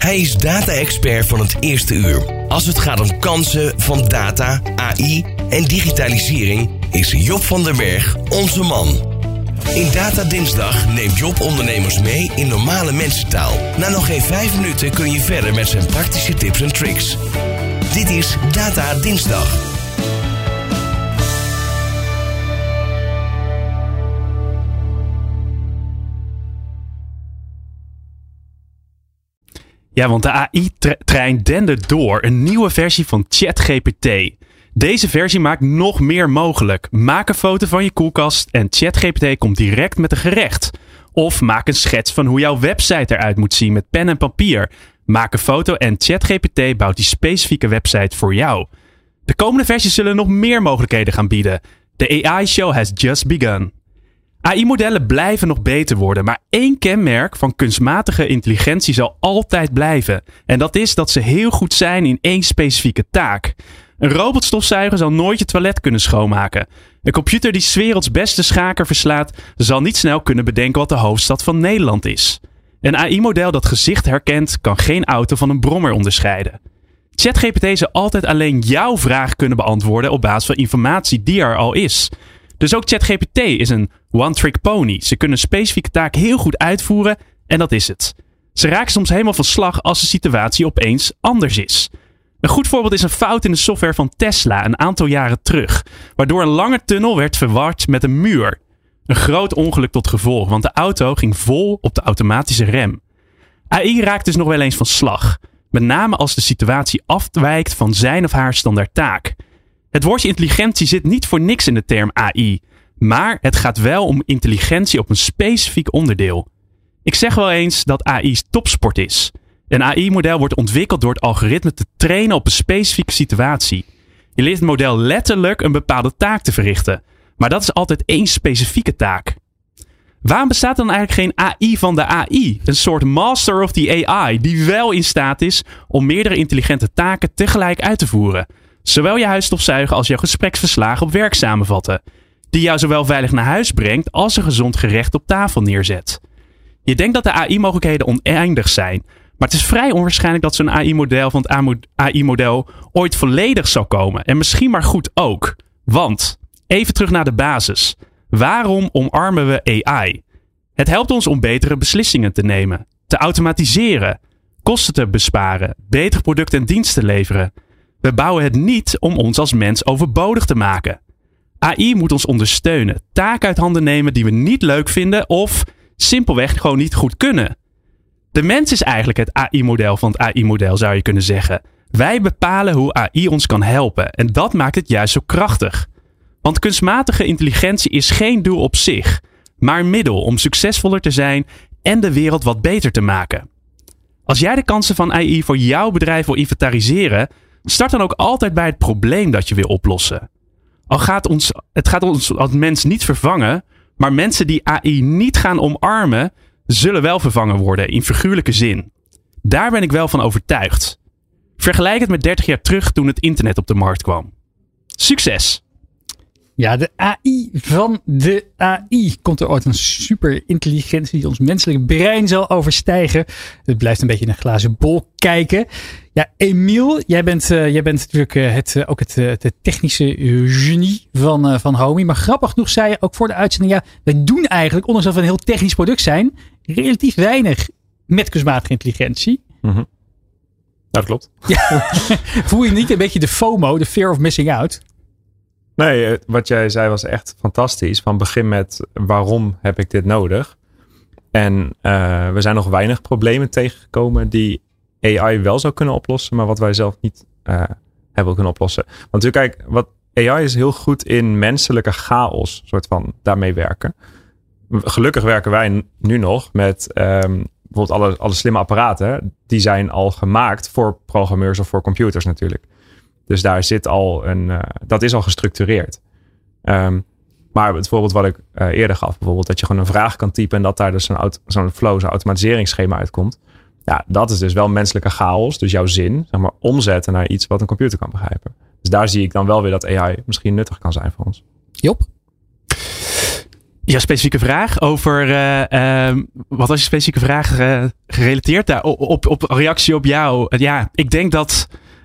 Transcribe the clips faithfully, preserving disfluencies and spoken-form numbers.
Hij is data-expert van het eerste uur. Als het gaat om kansen van data, A I en digitalisering is Job van den Berg onze man. In Data Dinsdag neemt Job ondernemers mee in normale mensentaal. Na nog geen vijf minuten kun je verder met zijn praktische tips en tricks. Dit is Data Dinsdag. Ja, want de A I-trein dendert door. Een nieuwe versie van ChatGPT. Deze versie maakt nog meer mogelijk. Maak een foto van je koelkast en ChatGPT komt direct met een gerecht. Of maak een schets van hoe jouw website eruit moet zien met pen en papier. Maak een foto en ChatGPT bouwt die specifieke website voor jou. De komende versies zullen nog meer mogelijkheden gaan bieden. De A I-show has just begun. A I-modellen blijven nog beter worden, maar één kenmerk van kunstmatige intelligentie zal altijd blijven. En dat is dat ze heel goed zijn in één specifieke taak. Een robotstofzuiger zal nooit je toilet kunnen schoonmaken. Een computer die 's werelds beste schaker verslaat, zal niet snel kunnen bedenken wat de hoofdstad van Nederland is. Een A I-model dat gezicht herkent, kan geen auto van een brommer onderscheiden. ChatGPT zal altijd alleen jouw vraag kunnen beantwoorden op basis van informatie die er al is. Dus ook ChatGPT is een one-trick pony. Ze kunnen een specifieke taak heel goed uitvoeren en dat is het. Ze raken soms helemaal van slag als de situatie opeens anders is. Een goed voorbeeld is een fout in de software van Tesla een aantal jaren terug, waardoor een lange tunnel werd verward met een muur. Een groot ongeluk tot gevolg, want de auto ging vol op de automatische rem. A I raakt dus nog wel eens van slag, met name als de situatie afwijkt van zijn of haar standaard taak. Het woordje intelligentie zit niet voor niks in de term A I, maar het gaat wel om intelligentie op een specifiek onderdeel. Ik zeg wel eens dat A I topsport is. Een A I-model wordt ontwikkeld door het algoritme te trainen op een specifieke situatie. Je leert het model letterlijk een bepaalde taak te verrichten, maar dat is altijd één specifieke taak. Waarom bestaat dan eigenlijk geen A I van de A I? Een soort master of the A I die wel in staat is om meerdere intelligente taken tegelijk uit te voeren. Zowel je huisstofzuigen als jouw gespreksverslagen op werk samenvatten. Die jou zowel veilig naar huis brengt als een gezond gerecht op tafel neerzet. Je denkt dat de A I-mogelijkheden oneindig zijn. Maar het is vrij onwaarschijnlijk dat zo'n A I-model van het A I-model ooit volledig zal komen. En misschien maar goed ook. Want, even terug naar de basis. Waarom omarmen we A I? Het helpt ons om betere beslissingen te nemen. Te automatiseren. Kosten te besparen. Betere producten en diensten leveren. We bouwen het niet om ons als mens overbodig te maken. A I moet ons ondersteunen. Taken uit handen nemen die we niet leuk vinden of simpelweg gewoon niet goed kunnen. De mens is eigenlijk het A I-model van het A I-model, zou je kunnen zeggen. Wij bepalen hoe A I ons kan helpen en dat maakt het juist zo krachtig. Want kunstmatige intelligentie is geen doel op zich, maar een middel om succesvoller te zijn en de wereld wat beter te maken. Als jij de kansen van A I voor jouw bedrijf wil inventariseren, start dan ook altijd bij het probleem dat je wil oplossen. Al gaat ons, het gaat ons als mens niet vervangen, maar mensen die A I niet gaan omarmen, zullen wel vervangen worden in figuurlijke zin. Daar ben ik wel van overtuigd. Vergelijk het met dertig jaar terug toen het internet op de markt kwam. Succes! Ja, de A I van de A I. Komt er ooit een superintelligentie die ons menselijk brein zal overstijgen? Het blijft een beetje in een glazen bol kijken. Ja, Emiel, jij bent, uh, jij bent natuurlijk uh, het, uh, ook het, uh, het technische uh, genie van, uh, van Homey. Maar grappig genoeg zei je ook voor de uitzending, ja, wij doen eigenlijk, ondanks dat we een heel technisch product zijn, relatief weinig met kunstmatige intelligentie. Mm-hmm. Dat klopt. Ja. Voel je niet een beetje de FOMO, de fear of missing out? Nee, wat jij zei was echt fantastisch. Van begin met waarom heb ik dit nodig? En uh, we zijn nog weinig problemen tegengekomen die A I wel zou kunnen oplossen, maar wat wij zelf niet uh, hebben kunnen oplossen. Want natuurlijk, kijk, wat A I is heel goed in menselijke chaos, soort van daarmee werken. Gelukkig werken wij nu nog met um, bijvoorbeeld alle, alle slimme apparaten. Die zijn al gemaakt voor programmeurs of voor computers natuurlijk. Dus daar zit al een, uh, dat is al gestructureerd. Um, maar het voorbeeld wat ik uh, eerder gaf, bijvoorbeeld dat je gewoon een vraag kan typen en dat daar dus zo'n, auto, zo'n flow, zo'n automatiseringsschema uitkomt. Ja, dat is dus wel menselijke chaos. Dus jouw zin, zeg maar, omzetten naar iets wat een computer kan begrijpen. Dus daar zie ik dan wel weer dat A I misschien nuttig kan zijn voor ons. Job? Ja, specifieke vraag over. Uh, uh, wat was je specifieke vraag uh, gerelateerd? Daar, op, op reactie op jou. Uh, ja, ik denk dat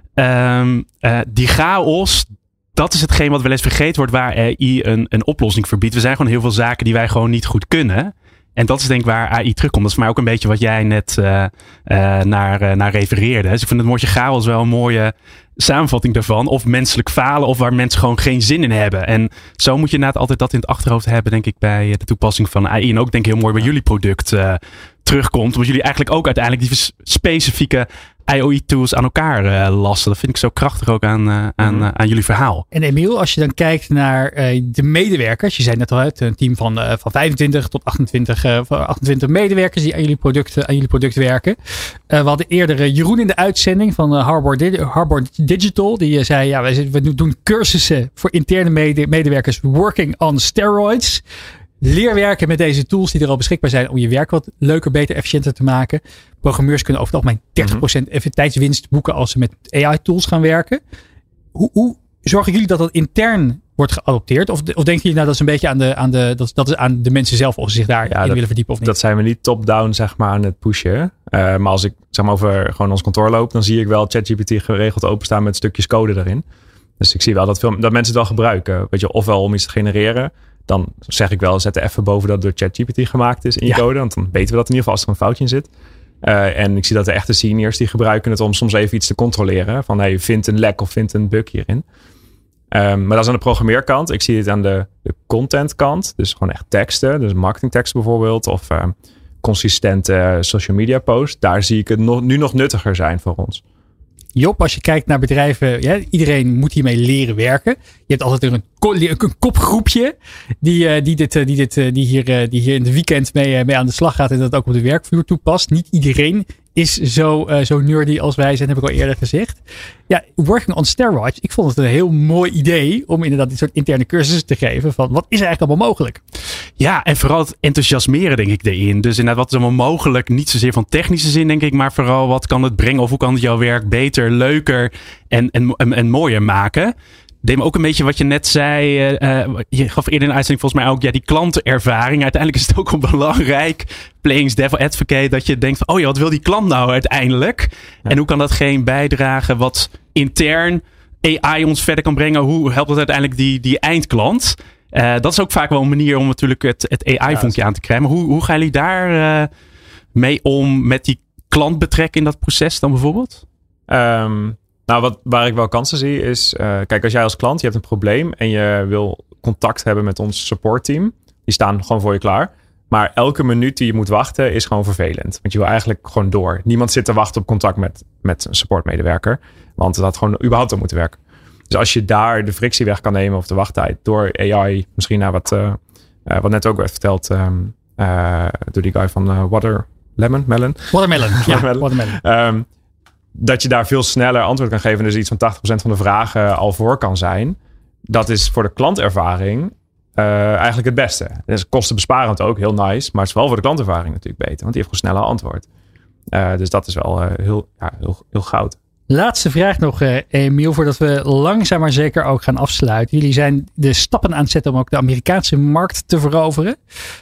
uh, uh, die chaos. Dat is hetgeen wat wel eens vergeten wordt waar A I een, een oplossing voor biedt. We zijn gewoon heel veel zaken die wij gewoon niet goed kunnen. En dat is denk ik waar A I terugkomt. Dat is voor mij ook een beetje wat jij net uh, uh, naar, uh, naar refereerde. Dus ik vind het woordje chaos wel een mooie samenvatting daarvan. Of menselijk falen of waar mensen gewoon geen zin in hebben. En zo moet je inderdaad altijd dat in het achterhoofd hebben, denk ik, bij de toepassing van A I. En ook denk ik heel mooi bij jullie product uh, terugkomt. Omdat jullie eigenlijk ook uiteindelijk die specifieke I O I-tools aan elkaar uh, lassen. Dat vind ik zo krachtig ook aan, uh, aan, uh, aan jullie verhaal. En Emiel, als je dan kijkt naar uh, de medewerkers. Je zei net al uit, een team van, uh, van vijfentwintig tot achtentwintig, uh, achtentwintig medewerkers die aan jullie product, aan jullie product werken. Uh, we hadden eerder uh, Jeroen in de uitzending van uh, Harbor, Di- Harbor Digital. Die uh, zei, ja, wij, we doen cursussen voor interne mede- medewerkers working on steroids. Leer werken met deze tools die er al beschikbaar zijn om je werk wat leuker, beter, efficiënter te maken. Programmeurs kunnen over het algemeen dertig procent effectiviteitswinst boeken als ze met A I-tools gaan werken. Hoe, hoe zorgen jullie dat dat intern wordt geadopteerd? Of, of denken jullie nou dat is een beetje aan de, aan de, dat, dat is aan de mensen zelf of ze zich daarin ja, willen verdiepen of niet? Dat zijn we niet top-down zeg maar aan het pushen. Uh, maar als ik zeg maar over gewoon ons kantoor loop, dan zie ik wel ChatGPT geregeld openstaan met stukjes code erin. Dus ik zie wel dat, veel, dat mensen het wel gebruiken. Weet je, ofwel om iets te genereren. Dan zeg ik wel, zet er even boven dat door ChatGPT gemaakt is in je ja. code. Want dan weten we dat in ieder geval als er een foutje in zit. Uh, en ik zie dat de echte seniors die gebruiken het om soms even iets te controleren. Van hey, vind een lek of vind een bug hierin. Um, maar dat is aan de programmeerkant. Ik zie het aan de, de contentkant. Dus gewoon echt teksten. Dus marketingtekst bijvoorbeeld. Of uh, consistente social media posts. Daar zie ik het nog, nu nog nuttiger zijn voor ons. Job, als je kijkt naar bedrijven, ja, iedereen moet hiermee leren werken. Je hebt altijd een, ko- een kopgroepje die, die, dit, die, dit, die, hier, die hier in het weekend mee, mee aan de slag gaat en dat ook op de werkvloer toepast. Niet iedereen is zo, uh, zo nerdy als wij zijn, heb ik al eerder gezegd. Ja, working on steroids. Ik vond het een heel mooi idee om inderdaad dit soort interne cursussen te geven van wat is er eigenlijk allemaal mogelijk? Ja, en vooral het enthousiasmeren denk ik erin. Dus inderdaad wat is allemaal mogelijk. Niet zozeer van technische zin denk ik, maar vooral wat kan het brengen of hoe kan het jouw werk beter, leuker en, en, en, en mooier maken. Deed me ook een beetje wat je net zei. Uh, je gaf eerder in de uitzending volgens mij ook ja, die klantenervaring. Uiteindelijk is het ook wel belangrijk. Playing devil advocate. Dat je denkt van oh ja, wat wil die klant nou uiteindelijk? Ja. En hoe kan datgene bijdragen wat intern A I ons verder kan brengen? Hoe helpt dat uiteindelijk die, die eindklant? Uh, dat is ook vaak wel een manier om natuurlijk het, het A I-vonkje ja, aan te krijgen. Maar hoe, hoe gaan jullie daar uh, mee om met die klant betrekken in dat proces dan bijvoorbeeld? Um... Nou, wat, waar ik wel kansen zie is... Uh, kijk, als jij als klant, je hebt een probleem... en je wil contact hebben met ons supportteam... die staan gewoon voor je klaar. Maar elke minuut die je moet wachten is gewoon vervelend. Want je wil eigenlijk gewoon door. Niemand zit te wachten op contact met, met een supportmedewerker. Want het had gewoon überhaupt al moeten werken. Dus als je daar de frictie weg kan nemen... of de wachttijd door A I... misschien naar wat, uh, uh, wat net ook werd verteld... Um, uh, door die guy van uh, Water... Lemon? Melon? Watermelon. Ja, watermelon. Um, dat je daar veel sneller antwoord kan geven. Dus iets van tachtig procent van de vragen al voor kan zijn. Dat is voor de klantervaring uh, eigenlijk het beste. Dat is kostenbesparend ook, heel nice. Maar het is wel voor de klantervaring natuurlijk beter. Want die heeft gewoon sneller antwoord. Uh, dus dat is wel uh, heel, ja, heel, heel goud. Laatste vraag nog, uh, Emiel, voordat we langzaam maar zeker ook gaan afsluiten. Jullie zijn de stappen aan het zetten om ook de Amerikaanse markt te veroveren.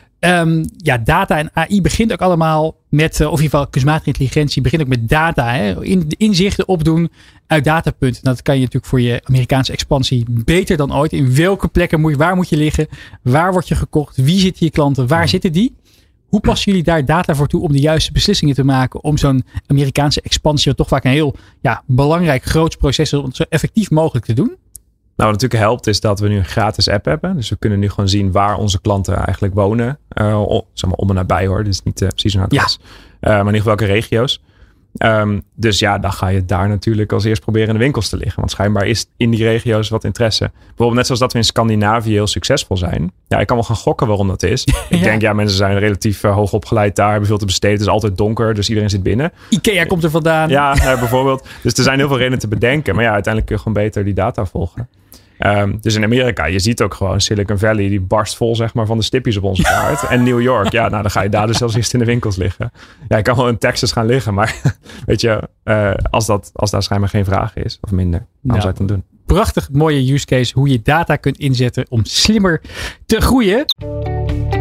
Um, ja, data en A I begint ook allemaal met, uh, of in ieder geval kunstmatige intelligentie begint ook met data. Hè? In, inzichten opdoen uit datapunten. Dat kan je natuurlijk voor je Amerikaanse expansie beter dan ooit. In welke plekken moet je, waar moet je liggen? Waar word je gekocht? Wie zitten je klanten? Waar zitten die? Hoe passen jullie daar data voor toe om de juiste beslissingen te maken om zo'n Amerikaanse expansie, wat toch vaak een heel ja, belangrijk groot proces is, om het zo effectief mogelijk te doen? Nou, wat natuurlijk helpt is dat we nu een gratis app hebben. Dus we kunnen nu gewoon zien waar onze klanten eigenlijk wonen. Uh, zeg maar om en nabij hoor. Dus niet uh, precies een adres. Ja. Uh, maar in ieder geval welke regio's. Um, dus ja, dan ga je daar natuurlijk als eerst proberen in de winkels te liggen. Want schijnbaar is in die regio's wat interesse. Bijvoorbeeld net zoals dat we in Scandinavië heel succesvol zijn. Ja, ik kan wel gaan gokken waarom dat is. Ik ja. denk, ja, mensen zijn relatief uh, hoog opgeleid daar. Hebben veel te besteden. Het is altijd donker. Dus iedereen zit binnen. Ikea komt er vandaan. Ja, uh, bijvoorbeeld. Dus er zijn heel veel redenen te bedenken. Maar ja, uiteindelijk kun je gewoon beter die data volgen. Um, dus in Amerika, je ziet ook gewoon Silicon Valley, die barst vol zeg maar van de stipjes op onze kaart. En New York, ja, nou dan ga je daar dus zelfs eerst in de winkels liggen. Ja, je kan wel in Texas gaan liggen, maar weet je, uh, als, dat, als daar schijnbaar geen vraag is, of minder, waarom nou, zou je het dan doen? Prachtig mooie use case, hoe je data kunt inzetten om slimmer te groeien.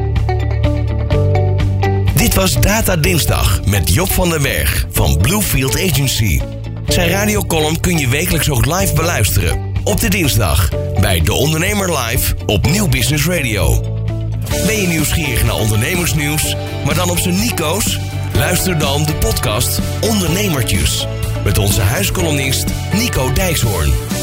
Dit was Data Dinsdag met Job van den Berg van Bluefield Agency. Zijn radiocolumn kun je wekelijks ook live beluisteren. Op de dinsdag bij De Ondernemer Live op Nieuw Business Radio. Ben je nieuwsgierig naar ondernemersnieuws, maar dan op zijn Nico's? Luister dan de podcast Ondernemertjes met onze huiskolonist Nico Dijkshoorn.